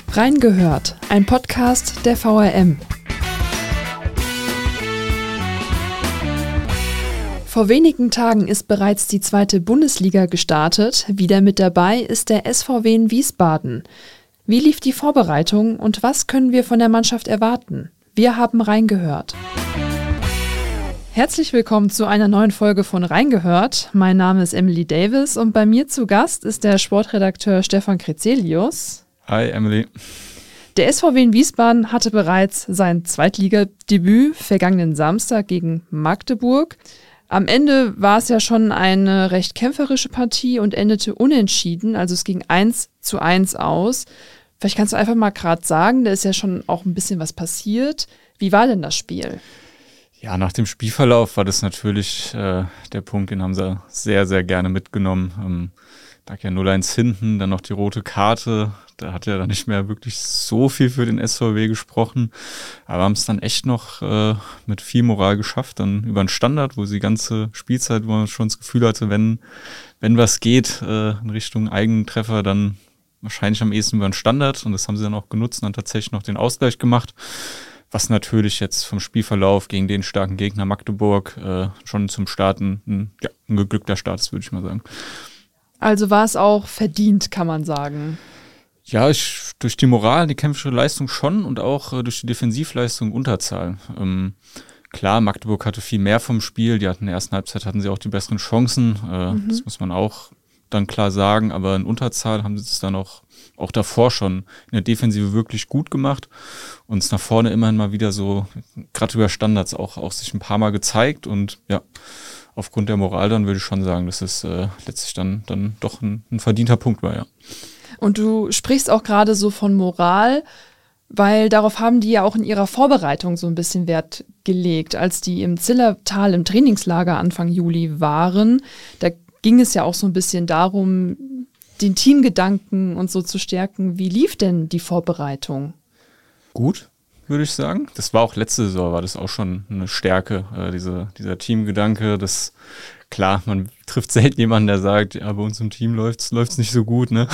Reingehört, ein Podcast der VRM. Vor wenigen Tagen ist bereits die 2. Bundesliga gestartet. Wieder mit dabei ist der SVW in Wiesbaden. Wie lief die Vorbereitung und was können wir von der Mannschaft erwarten? Wir haben reingehört. Herzlich willkommen zu einer neuen Folge von Reingehört. Mein Name ist Emily Davis und bei mir zu Gast ist der Sportredakteur Stefan Krezelius. Hi Emily. Der SVW in Wiesbaden hatte bereits sein Zweitligadebüt vergangenen Samstag gegen Magdeburg. Am Ende war es ja schon eine recht kämpferische Partie und endete unentschieden, also es ging 1:1 aus. Vielleicht kannst du einfach mal gerade sagen, da ist ja schon auch ein bisschen was passiert. Wie war denn das Spiel? Ja, nach dem Spielverlauf war das natürlich der Punkt, den haben sie sehr, sehr gerne mitgenommen. Lag ja 0-1 hinten, dann noch die rote Karte. Da hat er dann nicht mehr wirklich so viel für den SVW gesprochen. Aber haben es dann echt noch mit viel Moral geschafft. Dann über einen Standard, wo sie die ganze Spielzeit, wo man schon das Gefühl hatte, wenn was geht in Richtung Eigentreffer, dann wahrscheinlich am ehesten über einen Standard. Und das haben sie dann auch genutzt und dann tatsächlich noch den Ausgleich gemacht. Was natürlich jetzt vom Spielverlauf gegen den starken Gegner Magdeburg schon zum Starten ein geglückter Start ist, würde ich mal sagen. Also war es auch verdient, kann man sagen. Ja, durch die Moral, die kämpferische Leistung schon und auch durch die Defensivleistung Unterzahl. Klar, Magdeburg hatte viel mehr vom Spiel. Die hatten in der ersten Halbzeit hatten sie auch die besseren Chancen. Das muss man auch dann klar sagen. Aber in Unterzahl haben sie es dann auch davor schon in der Defensive wirklich gut gemacht und es nach vorne immerhin mal wieder so, gerade über Standards auch sich ein paar Mal gezeigt und ja, aufgrund der Moral dann würde ich schon sagen, dass es letztlich dann doch ein verdienter Punkt war, ja. Und du sprichst auch gerade so von Moral, weil darauf haben die ja auch in ihrer Vorbereitung so ein bisschen Wert gelegt. Als die im Zillertal im Trainingslager Anfang Juli waren, da ging es ja auch so ein bisschen darum, den Teamgedanken und so zu stärken. Wie lief denn die Vorbereitung? Gut, würde ich sagen. Das war auch letzte Saison, war das auch schon eine Stärke, dieser Teamgedanke. Das, klar, man trifft selten jemanden, der sagt, ja, bei uns im Team läuft's nicht so gut, ne?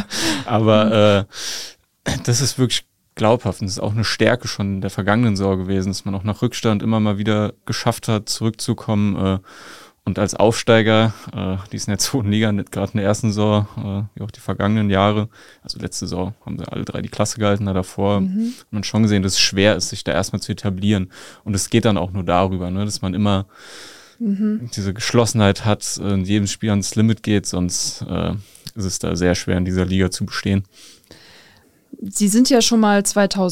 Aber das ist wirklich glaubhaft und das ist auch eine Stärke schon der vergangenen Saison gewesen, dass man auch nach Rückstand immer mal wieder geschafft hat, zurückzukommen. Und als Aufsteiger, die ist in der zweiten Liga, nicht gerade in der ersten Saison, wie auch die vergangenen Jahre, also letzte Saison haben sie alle 3 die Klasse gehalten, davor hat man schon gesehen, dass es schwer ist, sich da erstmal zu etablieren. Und es geht dann auch nur darüber, ne, dass man immer diese Geschlossenheit hat, in jedem Spiel ans Limit geht, sonst ist es da sehr schwer, in dieser Liga zu bestehen. Sie sind ja schon mal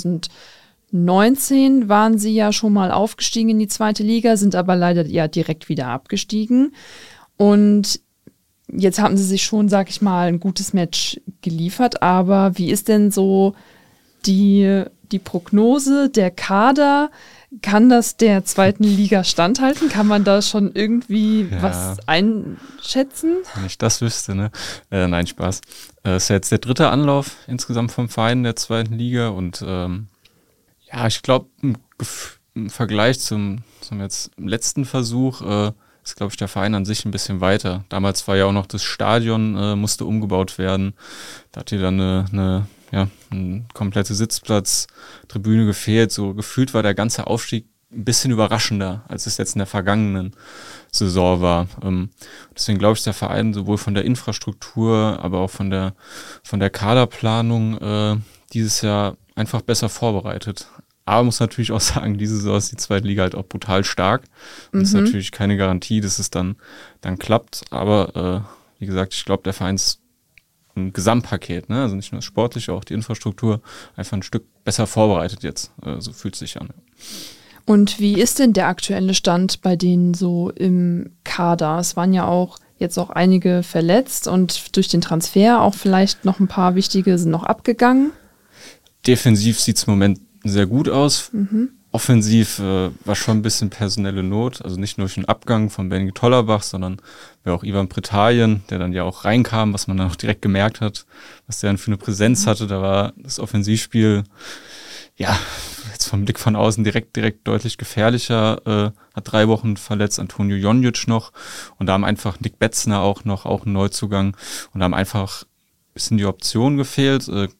2019 waren sie ja schon mal aufgestiegen in die 2. Liga, sind aber leider ja direkt wieder abgestiegen. Und jetzt haben sie sich schon, sag ich mal, ein gutes Match geliefert. Aber wie ist denn so die Prognose, der Kader? Kann das der 2. Liga standhalten? Kann man da schon irgendwie was einschätzen? Wenn ich das wüsste, ne? Nein, Spaß. Ist ja jetzt der 3. Anlauf insgesamt vom Verein der 2. Liga und ich glaube, im Vergleich zum jetzt letzten Versuch ist, glaube ich, der Verein an sich ein bisschen weiter. Damals war ja auch noch das Stadion, musste umgebaut werden. Da hat hier dann eine komplette Sitzplatztribüne gefehlt. So gefühlt war der ganze Aufstieg ein bisschen überraschender, als es jetzt in der vergangenen Saison war. Deswegen glaube ich, ist der Verein sowohl von der Infrastruktur, aber auch von der Kaderplanung dieses Jahr einfach besser vorbereitet. Aber muss natürlich auch sagen, diese Saison ist die 2. Liga halt auch brutal stark. Und ist natürlich keine Garantie, dass es dann klappt. Aber wie gesagt, ich glaube, der Verein ist ein Gesamtpaket, ne? Also nicht nur das Sportliche, auch die Infrastruktur, einfach ein Stück besser vorbereitet jetzt. So fühlt es sich an. Und wie ist denn der aktuelle Stand bei denen so im Kader? Es waren ja auch jetzt auch einige verletzt und durch den Transfer auch vielleicht noch ein paar wichtige sind noch abgegangen. Defensiv sieht es im Moment sehr gut aus. Offensiv war schon ein bisschen personelle Not, also nicht nur durch den Abgang von Benny Tollerbach, sondern auch Ivan Pretalien, der dann ja auch reinkam, was man dann auch direkt gemerkt hat, was der dann für eine Präsenz hatte. Da war das Offensivspiel, jetzt vom Blick von außen direkt deutlich gefährlicher. Hat 3 Wochen verletzt, Antonio Jonjic noch und da haben einfach Nick Betzner auch ein Neuzugang und da haben einfach ein bisschen die Optionen gefehlt.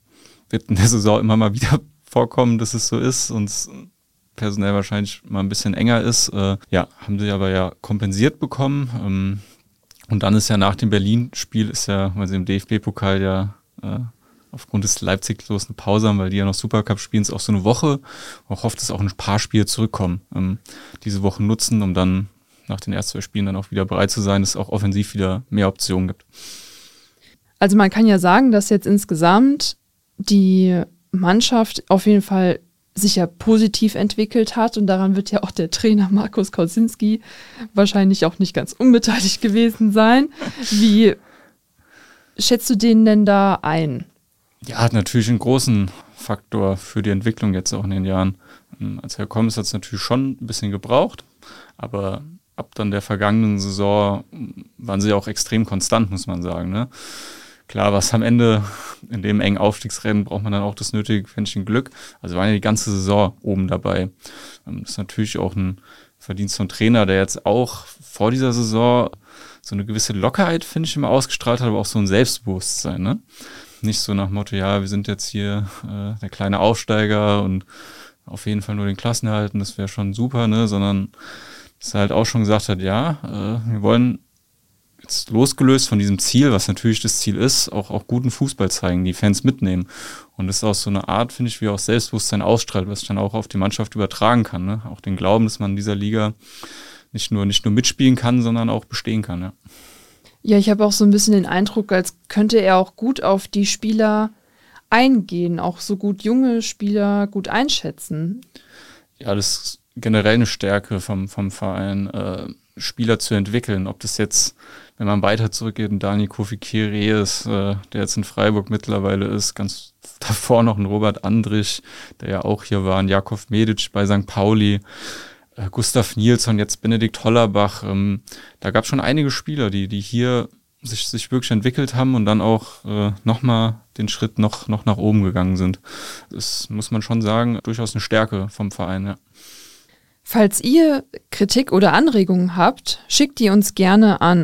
wird in der Saison immer mal wieder vorkommen, dass es so ist und es personell wahrscheinlich mal ein bisschen enger ist. Haben sie aber ja kompensiert bekommen. Und dann ist ja nach dem Berlin-Spiel weil sie im DFB-Pokal ja aufgrund des Leipzig-Los eine Pause haben, weil die ja noch Supercup spielen, ist auch so eine Woche. Auch hofft, dass auch ein paar Spiele zurückkommen. Diese Wochen nutzen, um dann nach den ersten 2 Spielen dann auch wieder bereit zu sein, dass es auch offensiv wieder mehr Optionen gibt. Also man kann ja sagen, dass jetzt insgesamt die Mannschaft auf jeden Fall sich ja positiv entwickelt hat und daran wird ja auch der Trainer Markus Kauzinski wahrscheinlich auch nicht ganz unbeteiligt gewesen sein. Wie schätzt du den denn da ein? Ja, hat natürlich einen großen Faktor für die Entwicklung jetzt auch in den Jahren. Als er gekommen ist, hat es natürlich schon ein bisschen gebraucht, aber ab dann der vergangenen Saison waren sie auch extrem konstant, muss man sagen. Ne? Klar, was am Ende in dem engen Aufstiegsrennen braucht man dann auch das nötige Quäntchen Glück. Also waren ja die ganze Saison oben dabei. Das ist natürlich auch ein Verdienst von Trainer, der jetzt auch vor dieser Saison so eine gewisse Lockerheit, finde ich, immer ausgestrahlt hat, aber auch so ein Selbstbewusstsein. Ne? Nicht so nach Motto, ja, wir sind jetzt hier der kleine Aufsteiger und auf jeden Fall nur den Klassenerhalt, das wäre schon super, ne? Sondern dass er halt auch schon gesagt hat, wir wollen jetzt losgelöst von diesem Ziel, was natürlich das Ziel ist, auch guten Fußball zeigen, die Fans mitnehmen. Und das ist auch so eine Art, finde ich, wie auch Selbstbewusstsein ausstrahlt, was ich dann auch auf die Mannschaft übertragen kann. Ne? Auch den Glauben, dass man in dieser Liga nicht nur mitspielen kann, sondern auch bestehen kann. Ja, ja, ich habe auch so ein bisschen den Eindruck, als könnte er auch gut auf die Spieler eingehen, auch so gut junge Spieler gut einschätzen. Ja, das ist generell eine Stärke vom Verein, Spieler zu entwickeln. Ob das jetzt, wenn man weiter zurückgeht, ein Dani Kofi-Kiri ist, der jetzt in Freiburg mittlerweile ist, ganz davor noch ein Robert Andrich, der ja auch hier war, ein Jakov Medic bei St. Pauli, Gustav Nilsson, jetzt Benedikt Hollerbach. Da gab es schon einige Spieler, die hier sich wirklich entwickelt haben und dann auch nochmal den Schritt noch nach oben gegangen sind. Das muss man schon sagen, durchaus eine Stärke vom Verein, ja. Falls ihr Kritik oder Anregungen habt, schickt die uns gerne an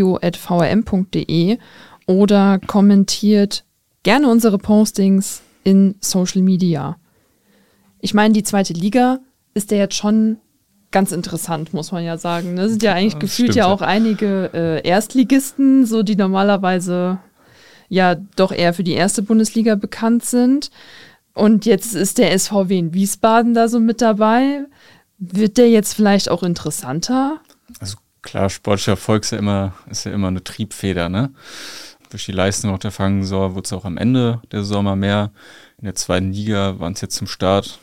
audio@vrm.de oder kommentiert gerne unsere Postings in Social Media. Ich meine, die 2. Liga ist ja jetzt schon ganz interessant, muss man ja sagen. Das sind ja eigentlich gefühlt ja auch einige Erstligisten, so die normalerweise ja doch eher für die erste Bundesliga bekannt sind. Und jetzt ist der SVW in Wiesbaden da so mit dabei. Wird der jetzt vielleicht auch interessanter? Also klar, sportlicher Erfolg ist ja immer eine Triebfeder, ne? Durch die Leistung auch der vergangenen Saison wurde es auch am Ende der Saison mal mehr. In der 2. Liga waren es jetzt zum Start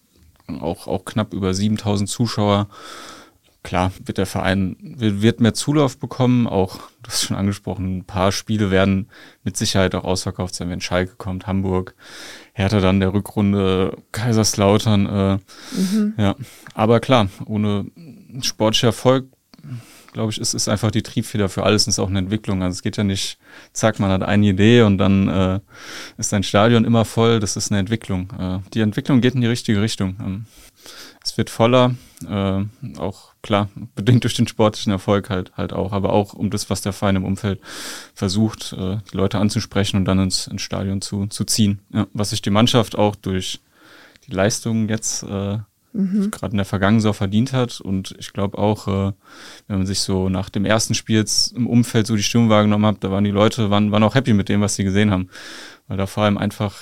auch knapp über 7.000 Zuschauer. Klar, wird der Verein wird mehr Zulauf bekommen, auch, du hast schon angesprochen, ein paar Spiele werden mit Sicherheit auch ausverkauft sein, wenn Schalke kommt, Hamburg, Hertha dann der Rückrunde, Kaiserslautern, ja. Aber klar, ohne sportlicher Erfolg, glaube ich, ist einfach die Triebfeder für alles und ist auch eine Entwicklung. Also es geht ja nicht, zack, man hat eine Idee und dann ist ein Stadion immer voll, das ist eine Entwicklung. Die Entwicklung geht in die richtige Richtung. Es wird voller, auch klar, bedingt durch den sportlichen Erfolg halt auch, aber auch um das, was der Verein im Umfeld versucht, die Leute anzusprechen und dann ins Stadion zu ziehen. Ja, was sich die Mannschaft auch durch die Leistungen jetzt gerade in der vergangenen Saison verdient hat und ich glaube auch, wenn man sich so nach dem ersten Spiel jetzt im Umfeld so die Stimmung wahrgenommen hat, da waren die Leute, waren auch happy mit dem, was sie gesehen haben, weil da vor allem einfach,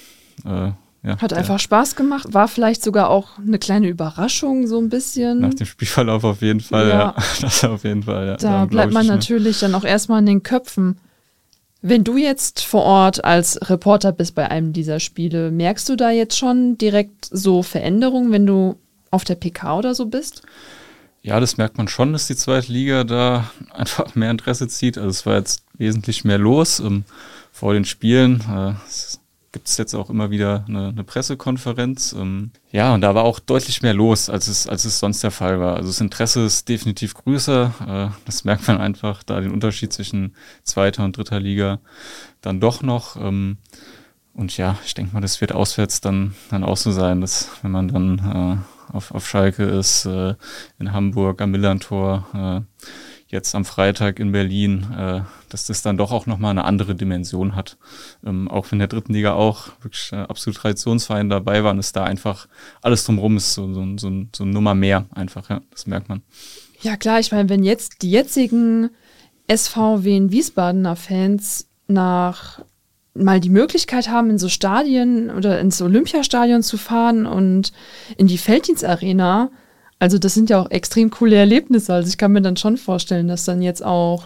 hat einfach Spaß gemacht, war vielleicht sogar auch eine kleine Überraschung, so ein bisschen. Nach dem Spielverlauf auf jeden Fall, ja. Das auf jeden Fall, ja. Da bleibt man natürlich dann auch erstmal in den Köpfen. Wenn du jetzt vor Ort als Reporter bist bei einem dieser Spiele, merkst du da jetzt schon direkt so Veränderungen, wenn du auf der PK oder so bist? Ja, das merkt man schon, dass die 2. Liga da einfach mehr Interesse zieht. Also es war jetzt wesentlich mehr los vor den Spielen. Gibt es jetzt auch immer wieder eine Pressekonferenz. Und da war auch deutlich mehr los, als es sonst der Fall war. Also das Interesse ist definitiv größer. Das merkt man einfach, da den Unterschied zwischen 2. und 3. Liga dann doch noch. Und ja, ich denke mal, das wird auswärts dann auch so sein, dass wenn man dann auf Schalke ist, in Hamburg am Millantor, jetzt am Freitag in Berlin, dass das dann doch auch nochmal eine andere Dimension hat. Auch wenn der dritten Liga auch wirklich absolut Traditionsverein dabei waren, ist da einfach alles drumherum ist so eine Nummer mehr einfach, ja, das merkt man. Ja klar, ich meine, wenn jetzt die jetzigen SVW in Wiesbadener Fans mal die Möglichkeit haben, in so Stadien oder ins Olympiastadion zu fahren und in die Felddienstarena, also das sind ja auch extrem coole Erlebnisse. Also ich kann mir dann schon vorstellen, dass dann jetzt auch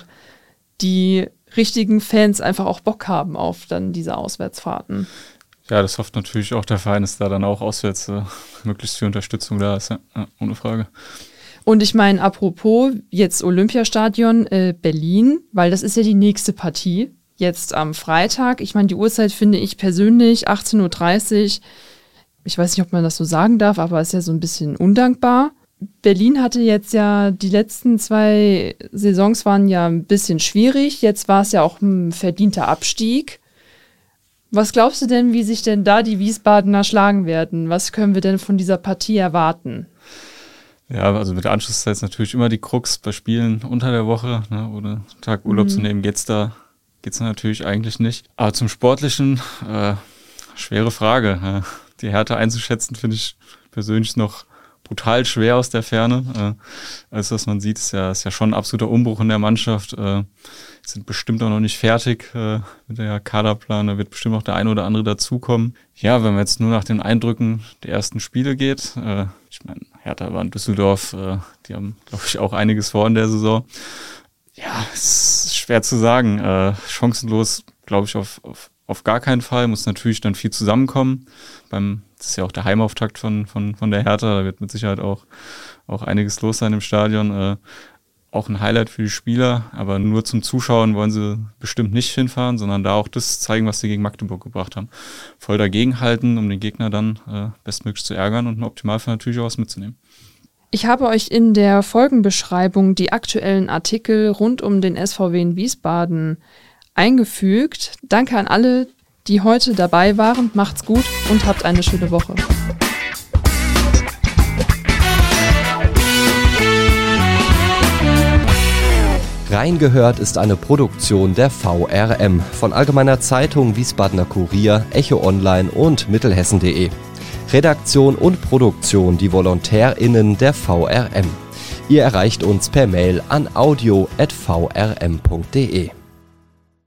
die richtigen Fans einfach auch Bock haben auf dann diese Auswärtsfahrten. Ja, das hofft natürlich auch der Verein, dass da dann auch auswärts möglichst viel Unterstützung da ist, ja, ohne Frage. Und ich meine, apropos jetzt Olympiastadion Berlin, weil das ist ja die nächste Partie. Jetzt am Freitag, ich meine, die Uhrzeit finde ich persönlich 18:30 Uhr. Ich weiß nicht, ob man das so sagen darf, aber ist ja so ein bisschen undankbar. Berlin hatte jetzt ja, die letzten 2 Saisons waren ja ein bisschen schwierig. Jetzt war es ja auch ein verdienter Abstieg. Was glaubst du denn, wie sich denn da die Wiesbadener schlagen werden? Was können wir denn von dieser Partie erwarten? Ja, also mit der Anschlusszeit ist natürlich immer die Krux bei Spielen unter der Woche, ne, ohne Tag Urlaub zu nehmen, geht's natürlich eigentlich nicht. Aber zum Sportlichen, schwere Frage. Die Härte einzuschätzen, finde ich persönlich noch brutal schwer aus der Ferne. Also was man sieht, ist ja schon ein absoluter Umbruch in der Mannschaft. Sind bestimmt auch noch nicht fertig mit der Kaderplan. Da wird bestimmt auch der eine oder andere dazukommen. Ja, wenn man jetzt nur nach den Eindrücken der ersten Spiele geht, ich meine, Hertha war in Düsseldorf, die haben, glaube ich, auch einiges vor in der Saison. Ja, es ist schwer zu sagen. Chancenlos, glaube ich, auf gar keinen Fall. Muss natürlich dann viel zusammenkommen. Das ist ja auch der Heimauftakt von der Hertha. Da wird mit Sicherheit auch einiges los sein im Stadion. Auch ein Highlight für die Spieler. Aber nur zum Zuschauen wollen sie bestimmt nicht hinfahren, sondern da auch das zeigen, was sie gegen Magdeburg gebracht haben. Voll dagegenhalten, um den Gegner dann bestmöglich zu ärgern und im Optimalfall natürlich auch was mitzunehmen. Ich habe euch in der Folgenbeschreibung die aktuellen Artikel rund um den SVW in Wiesbaden eingefügt. Danke an alle, die heute dabei waren. Macht's gut und habt eine schöne Woche. Reingehört ist eine Produktion der VRM von Allgemeiner Zeitung, Wiesbadener Kurier, Echo Online und Mittelhessen.de. Redaktion und Produktion die VolontärInnen der VRM. Ihr erreicht uns per Mail an audio@vrm.de.